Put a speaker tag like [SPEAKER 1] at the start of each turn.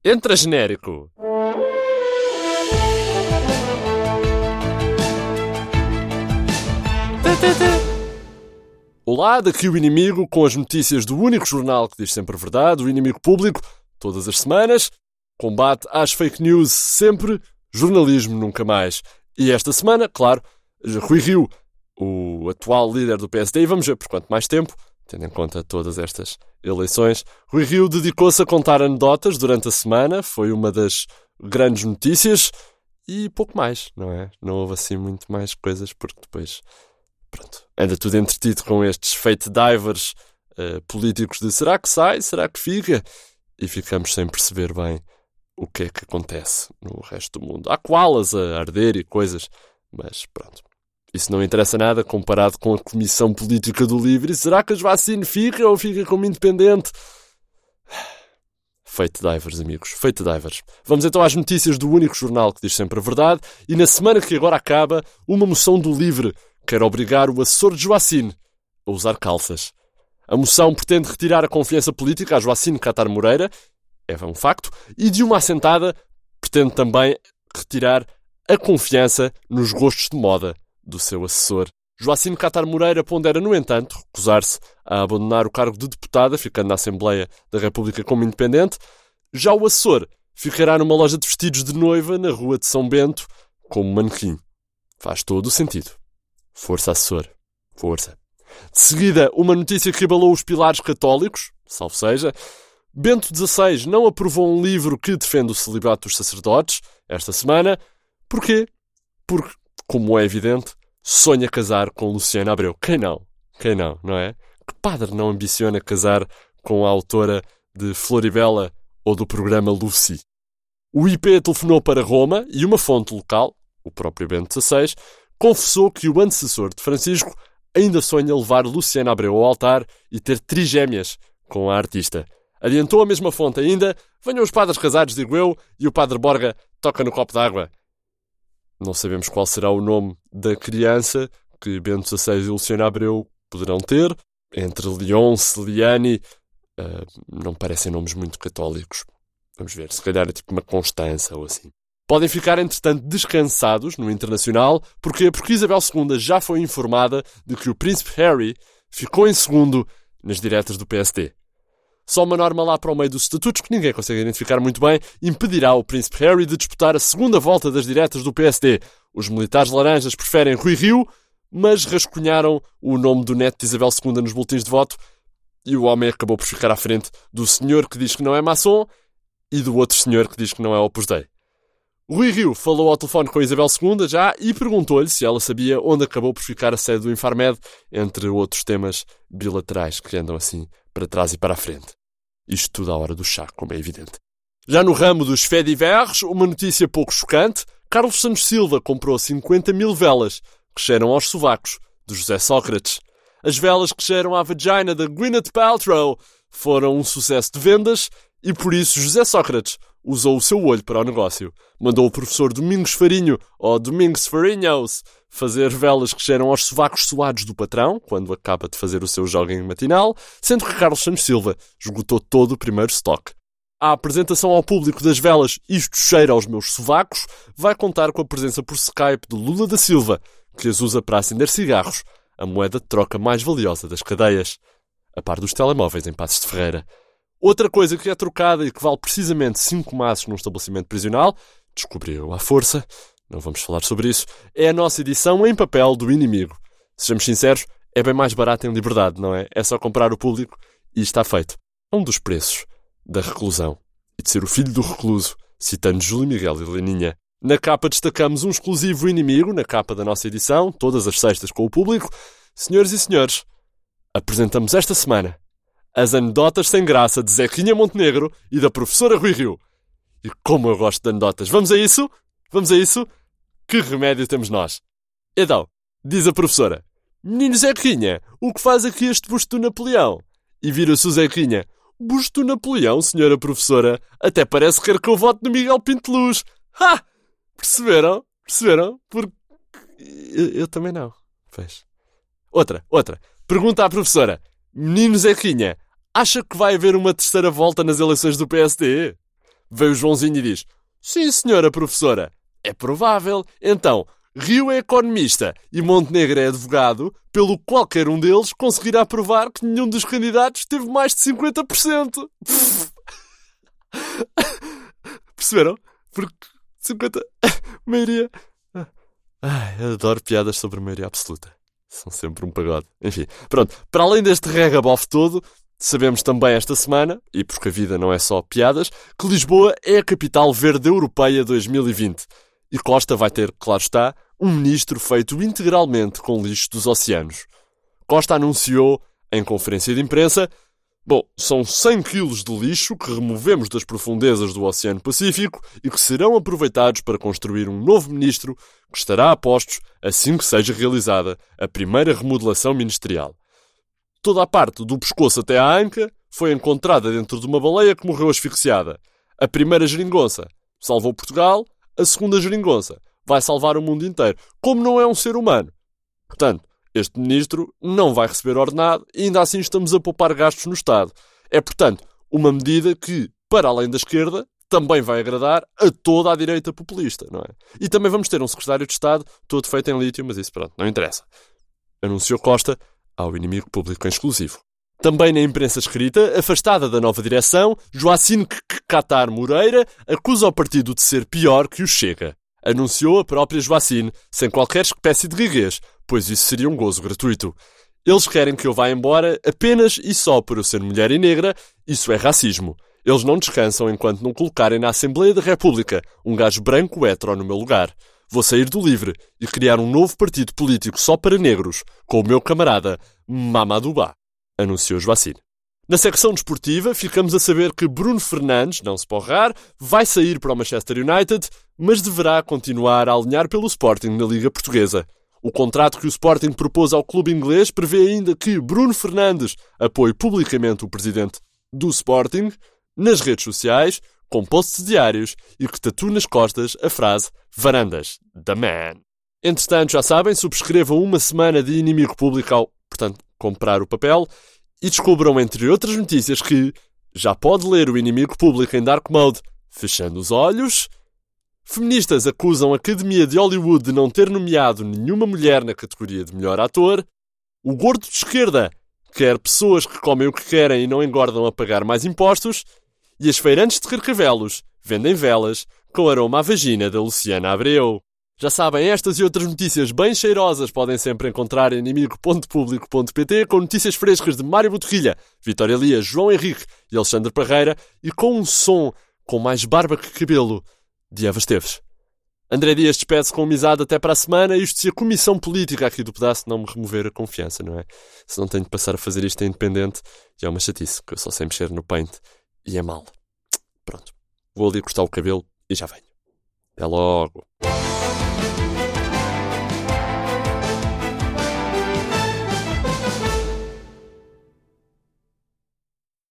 [SPEAKER 1] Entra genérico. Olá, daqui o Inimigo com as notícias do único jornal que diz sempre a verdade, o Inimigo Público, todas as semanas. Combate às fake news sempre, jornalismo nunca mais. E esta semana, claro, Rui Rio, o atual líder do PSD, e vamos ver por quanto mais tempo, tendo em conta todas estas eleições, Rui Rio dedicou-se a contar anedotas durante a semana, foi uma das grandes notícias e pouco mais, não é? Não houve assim muito mais coisas, porque depois, pronto, anda tudo entretido com estes fake divers políticos de será que sai, será que fica? E ficamos sem perceber bem o que é que acontece no resto do mundo. Há koalas a arder e coisas, mas pronto. Isso não interessa nada comparado com a Comissão Política do Livre. Será que as vacinas ficam ou fica como independente? Fake divers, amigos. Fake divers. Vamos então às notícias do único jornal que diz sempre a verdade. E na semana que agora acaba, uma moção do Livre quer obrigar o assessor de Joacine a usar calças. A moção pretende retirar a confiança política a Joacine Catar Moreira, é um facto, e de uma assentada pretende também retirar a confiança nos gostos de moda do seu assessor. Joacine Catar Moreira pondera, no entanto, recusar-se a abandonar o cargo de deputada, ficando na Assembleia da República como independente. Já o assessor ficará numa loja de vestidos de noiva na Rua de São Bento como manequim. Faz todo o sentido. Força, assessor. Força. De seguida, uma notícia que abalou os pilares católicos, salvo seja. Bento XVI não aprovou um livro que defende o celibato dos sacerdotes esta semana. Porquê? Porque, como é evidente, sonha casar com Luciana Abreu. Quem não? Quem não, não é? Que padre não ambiciona casar com a autora de Floribela ou do programa Lucy? O IP telefonou para Roma e uma fonte local, o próprio Bento XVI, confessou que o antecessor de Francisco ainda sonha levar Luciana Abreu ao altar e ter trigémeas com a artista. Adiantou a mesma fonte ainda: venham os padres casados, digo eu, e o padre Borga toca no copo d'água. Não sabemos qual será o nome da criança que Bento XVI e Luciana Abreu poderão ter. Entre Leonce, Liane, não parecem nomes muito católicos. Vamos ver, se calhar é tipo uma Constança ou assim. Podem ficar, entretanto, descansados no internacional. Porquê? Porque Isabel II já foi informada de que o príncipe Harry ficou em segundo nas diretas do PSD. Só uma norma lá para o meio dos estatutos, que ninguém consegue identificar muito bem, impedirá o príncipe Harry de disputar a segunda volta das diretas do PSD. Os militares laranjas preferem Rui Rio, mas rascunharam o nome do neto de Isabel II nos boletins de voto e o homem acabou por ficar à frente do senhor que diz que não é maçom e do outro senhor que diz que não é Opus Dei. Rui Rio falou ao telefone com a Isabel II já e perguntou-lhe se ela sabia onde acabou por ficar a sede do Infarmed, entre outros temas bilaterais que andam assim para trás e para a frente. Isto tudo à hora do chá, como é evidente. Já no ramo dos faits divers, uma notícia pouco chocante: Carlos Santos Silva comprou 50 mil velas que cheiram aos sovacos de José Sócrates. As velas que cheiram à vagina da Gwyneth Paltrow foram um sucesso de vendas e por isso José Sócrates usou o seu olho para o negócio. Mandou o professor Domingos Farinho, ou Domingos Farinhos, fazer velas que cheiram aos sovacos suados do patrão, quando acaba de fazer o seu jogging matinal, sendo que Carlos Santos Silva esgotou todo o primeiro stock. A apresentação ao público das velas Isto Cheira aos Meus Sovacos vai contar com a presença por Skype de Lula da Silva, que as usa para acender cigarros, a moeda de troca mais valiosa das cadeias, a par dos telemóveis em Passos de Ferreira. Outra coisa que é trocada e que vale precisamente 5 maços num estabelecimento prisional, descobriu à força, não vamos falar sobre isso, é a nossa edição em papel do Inimigo. Sejamos sinceros, é bem mais barato em liberdade, não é? É só comprar o público e está feito. É um dos preços da reclusão e de ser o filho do recluso, citando Júlio Miguel e Leninha. Na capa destacamos um exclusivo Inimigo, na capa da nossa edição, todas as sextas com o público. Senhores e senhores, apresentamos esta semana as anedotas sem graça de Zequinha Montenegro e da professora Rui Rio. E como eu gosto de anedotas. Vamos a isso? Vamos a isso? Que remédio temos nós? Então, diz a professora: menino Zequinha, o que faz aqui este busto do Napoleão? E vira-se o Zequinha: busto do Napoleão, senhora professora? Até parece que quer que eu vote no Miguel Pinto Luz. Ha! Perceberam? Perceberam? Porque eu também não. Pois. Outra. Pergunta à professora: menino Zequinha, acha que vai haver uma terceira volta nas eleições do PSD? Veio o Joãozinho e diz: sim, senhora professora, é provável. Então, Rio é economista e Montenegro é advogado, pelo que qualquer um deles conseguirá provar que nenhum dos candidatos teve mais de 50%. Perceberam? Porque 50%... maioria... Ai, adoro piadas sobre maioria absoluta. São sempre um pagode. Enfim, pronto. Para além deste regabof todo, sabemos também esta semana, e porque a vida não é só piadas, que Lisboa é a capital verde europeia 2020. E Costa vai ter, claro está, um ministro feito integralmente com lixo dos oceanos. Costa anunciou, em conferência de imprensa, são 100 quilos de lixo que removemos das profundezas do Oceano Pacífico e que serão aproveitados para construir um novo ministro que estará a postos assim que seja realizada a primeira remodelação ministerial. Toda a parte do pescoço até à anca foi encontrada dentro de uma baleia que morreu asfixiada. A primeira geringonça salvou Portugal, a segunda geringonça vai salvar o mundo inteiro, como não é um ser humano. Portanto, este ministro não vai receber ordenado e ainda assim estamos a poupar gastos no Estado. É, portanto, uma medida que, para além da esquerda, também vai agradar a toda a direita populista, não é? E também vamos ter um secretário de Estado todo feito em lítio, mas isso, pronto, não interessa. Anunciou Costa ao inimigo público em exclusivo. Também na imprensa escrita, afastada da nova direção, Joacine Catar Moreira acusa o partido de ser pior que o Chega. Anunciou a própria Joacine, sem qualquer espécie de riguez, pois isso seria um gozo gratuito. Eles querem que eu vá embora apenas e só por eu ser mulher e negra, isso é racismo. Eles não descansam enquanto não colocarem na Assembleia da República um gajo branco hétero no meu lugar. Vou sair do LIVRE e criar um novo partido político só para negros, com o meu camarada Mamadou Ba, anunciou Joacine. Na secção desportiva, ficamos a saber que Bruno Fernandes, não se pode errar, vai sair para o Manchester United, mas deverá continuar a alinhar pelo Sporting na Liga Portuguesa. O contrato que o Sporting propôs ao clube inglês prevê ainda que Bruno Fernandes apoie publicamente o presidente do Sporting nas redes sociais, com posts diários e que tatue nas costas a frase Varandas, the man. Entretanto, já sabem, subscrevam uma semana de Inimigo Público ao, portanto, comprar o papel e descubram, entre outras notícias, que já pode ler o Inimigo Público em Dark Mode fechando os olhos. Feministas acusam a Academia de Hollywood de não ter nomeado nenhuma mulher na categoria de melhor ator. O gordo de esquerda quer pessoas que comem o que querem e não engordam a pagar mais impostos. E as feirantes de Carcavelos vendem velas com aroma à vagina da Luciana Abreu. Já sabem, estas e outras notícias bem cheirosas podem sempre encontrar em inimigo.publico.pt, com notícias frescas de Mário Botorrilha, Vitória Elias, João Henrique e Alexandre Parreira, e com um som com mais barba que cabelo de Eva Esteves. André Dias despede-se com amizade até para a semana, isto se a comissão política aqui do pedaço não me remover a confiança, não é? Se não tenho de passar a fazer isto em independente, já é uma chatice, que eu só sei mexer no Paint e é mal. Pronto, vou ali cortar o cabelo e já venho. Até logo.